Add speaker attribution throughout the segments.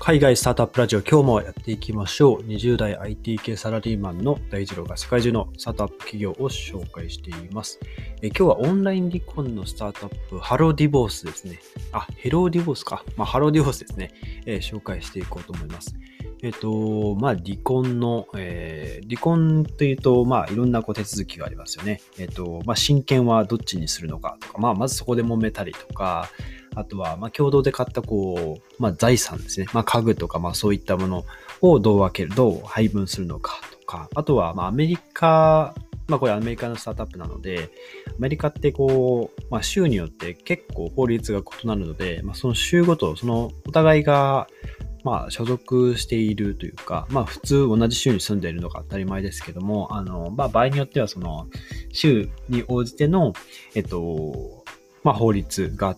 Speaker 1: 海外スタートアップラジオ、今日もやっていきましょう。20代 IT 系サラリーマンの大二郎が世界中のスタートアップ企業を紹介しています。今日はオンライン離婚のスタートアップ、ハローディボースですね。ヘローディボースか。ハローディボースですね。紹介していこうと思います。離婚の、離婚というと、いろんな手続きがありますよね。親権はどっちにするのかとか、まずそこで揉めたりとか、あとは、共同で買った財産ですね。家具とか、そういったものをどう配分するのかとか、あとは、アメリカ、これアメリカのスタートアップなので、アメリカって州によって結構法律が異なるので、その州ごと、お互いが、所属しているというか、普通同じ州に住んでいるのが当たり前ですけども、場合によっては州に応じての、法律があって、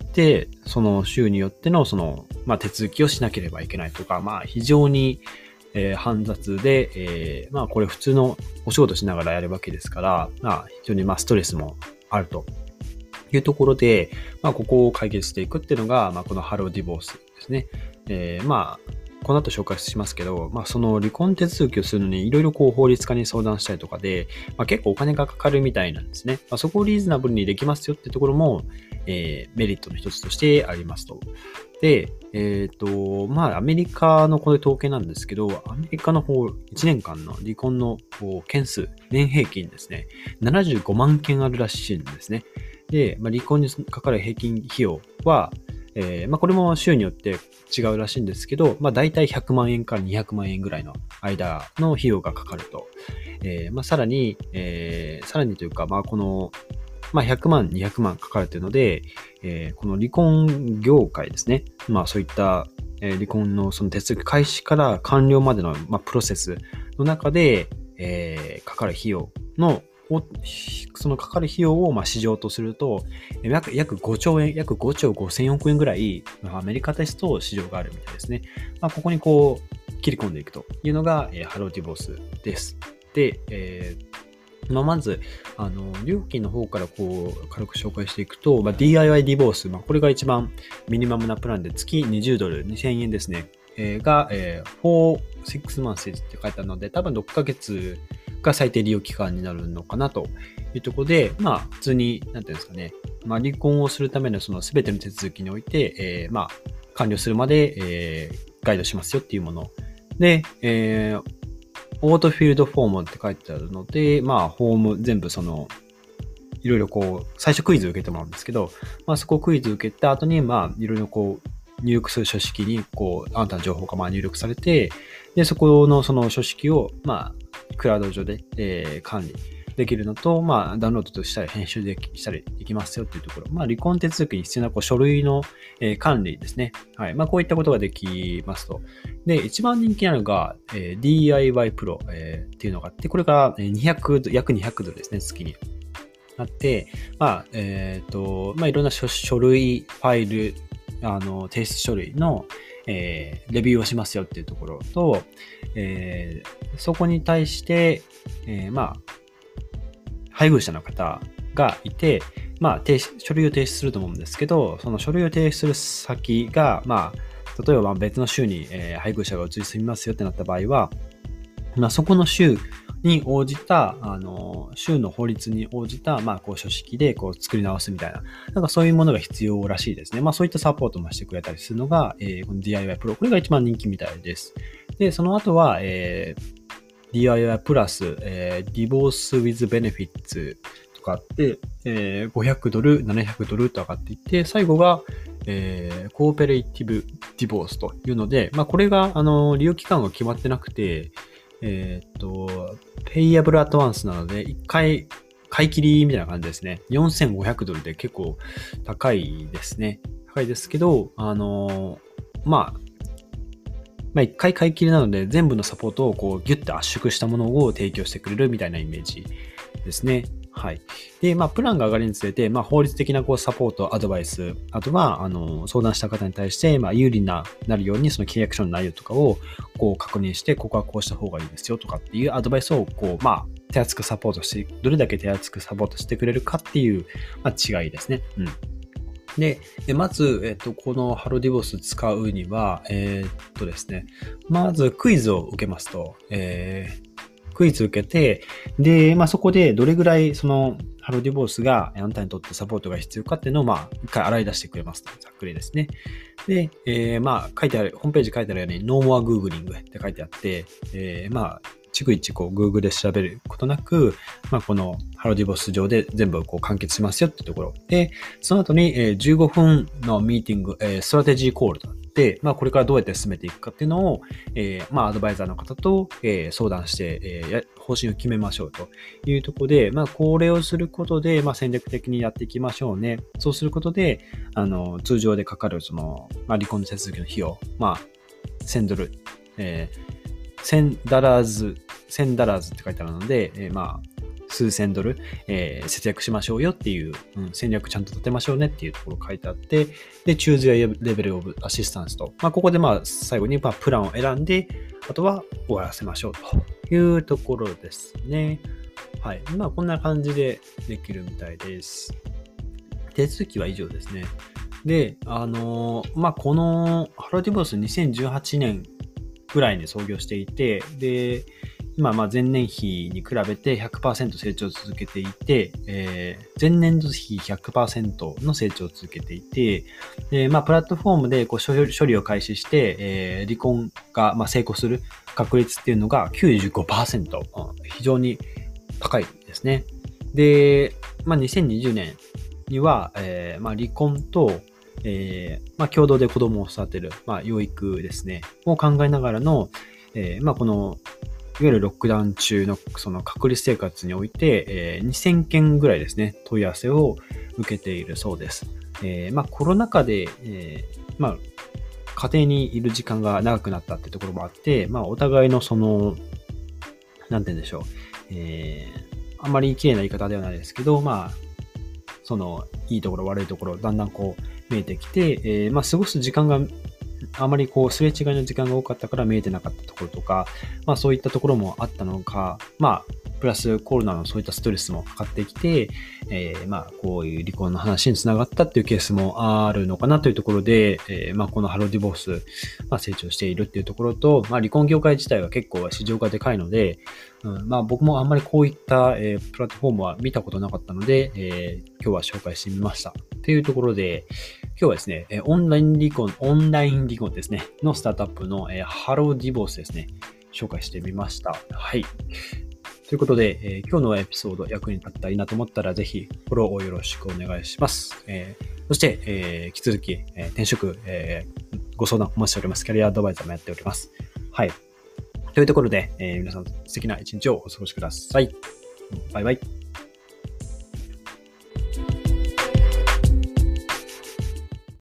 Speaker 1: その州によっての手続きをしなければいけないとか、非常に、煩雑で、これ普通のお仕事しながらやるわけですから、非常にストレスもあるというところで、ここを解決していくっていうのが、このハローディボースですね。この後紹介しますけど、その離婚手続きをするのにいろいろ法律家に相談したりとかで、結構お金がかかるみたいなんですね。そこをリーズナブルにできますよってところも、メリットの一つとしてありますと。で、アメリカのこれ統計なんですけど、アメリカの1年間の離婚の件数、年平均ですね、75万件あるらしいんですね。で、離婚にかかる平均費用は、これも州によって違うらしいんですけど、だいたい100万円から200万円ぐらいの間の費用がかかると。さらにというか、この、100万、200万かかるというので、この離婚業界ですね。そういった、離婚のその手続き開始から完了までの、プロセスの中で、かかる費用のそのかかる費用を市場とすると、約5兆円、約5兆5000億円ぐらい、アメリカですと市場があるみたいですね。ここに切り込んでいくというのが、ハローディボースです。で、まず、料金の方から軽く紹介していくと、DIY ディボース、これが一番ミニマムなプランで月20ドル、2000円ですね。が、6 months って書いてあるので、多分6ヶ月が最低利用期間になるのかなというところで、普通に、なんていうんですかね、離婚をするための全ての手続きにおいて、完了するまで、ガイドしますよっていうもの。で、オートフィールドフォームって書いてあるので、フォーム全部いろいろ最初クイズを受けてもらうんですけど、そこをクイズを受けた後に、いろいろ入力する書式に、あなたの情報が入力されて、で、そこのその書式を、クラウド上で、管理できるのと、ダウンロードしたり編集したりできますよっていうところ。離婚手続きに必要な書類の、管理ですね。はい。こういったことができますと。で、一番人気なのが、DIY プロ、っていうのがあって、これが約200ドルですね、月に。あって、いろんな書類、ファイル、提出書類の、レビューをしますよっていうところと、そこに対して、配偶者の方がいて、書類を提出すると思うんですけど、その書類を提出する先が、例えば別の州に、配偶者が移り住みますよってなった場合は、そこの州に応じた、州の法律に応じた、書式で作り直すみたいな、そういうものが必要らしいですね。そういったサポートもしてくれたりするのが、この DIY プロ。これが一番人気みたいです。で、その後は、DIY プラス、Divorce with Benefits とかあって、500ドル、700ドルと上がっていって、最後が、コーペレイティブディボースというので、これが、利用期間が決まってなくて、ペイアブルアトワンスなので、一回買い切りみたいな感じですね。4500ドルで結構高いですね。高いですけど、一回買い切りなので全部のサポートをギュッと圧縮したものを提供してくれるみたいなイメージですね。はい。で、プランが上がるにつれて、法律的なサポート、アドバイス、あとは、相談した方に対して、有利なるように、その契約書の内容とかを、確認して、ここはこうした方がいいですよとかっていうアドバイスを、手厚くサポートして、どれだけ手厚くサポートしてくれるかっていう、違いですね。 で、まず、このハローディボス使うには、ですね、まずクイズを受けますと、クイズ受けて、で、そこでどれぐらいそのハローディボスがあなたにとってサポートが必要かっていうのを、一回洗い出してくれますと。ざっくりですね。で、書いてある、ホームページ書いてあるように、No more Googling って書いてあって、逐一Google で調べることなく、このハローディボス上で全部完結しますよってところ。で、その後に、15分のミーティング、ストラテジーコールとあって、これからどうやって進めていくかっていうのを、アドバイザーの方と、相談して、方針を決めましょうというところで、これをすることで、戦略的にやっていきましょうね。そうすることで、通常でかかる、離婚の手続きの費用、1000ドル、$1000って書いてあるので、数千ドル、節約しましょうよっていう、戦略ちゃんと立てましょうねっていうところ書いてあって、で、choose your level of assistance と、ここで最後にプランを選んで、あとは終わらせましょうというところですね。はい。こんな感じでできるみたいです。手続きは以上ですね。で、このハローディボス2018年ぐらいに創業していて、で、今、前年比に比べて 100% 成長を続けていて、前年度比 100% の成長を続けていて、で、プラットフォームで処理を開始して、離婚が成功する確率っていうのが 95%、非常に高いですね。で、2020年には、離婚と、共同で子供を育てる、養育ですね、を考えながらの、この、いわゆるロックダウン中のその隔離生活において、2000件ぐらいですね、問い合わせを受けているそうです。コロナ禍で、家庭にいる時間が長くなったってところもあって、お互いのなんて言うんでしょう、あんまり綺麗な言い方ではないですけど、いいところ悪いところ、だんだん見えてきて、過ごす時間があまりすれ違いの時間が多かったから見えてなかったところとか、そういったところもあったのか、プラスコロナのそういったストレスもかかってきて、こういう離婚の話につながったっていうケースもあるのかなというところで、このハローディボース、成長しているっていうところと、離婚業界自体は結構市場がでかいので、僕もあんまりこういった、プラットフォームは見たことなかったので、今日は紹介してみました。というところで、今日はですね、オンライン離婚ですね、のスタートアップの、ハローディボースですね、紹介してみました。はい。ということで、今日のエピソード役に立ったらいいなと思ったら、ぜひフォローをよろしくお願いします。そして、引き続き、転職、ご相談お待ちしております。キャリアアドバイザーもやっております。はい。というところで、皆さん素敵な一日をお過ごしください。バイバイ。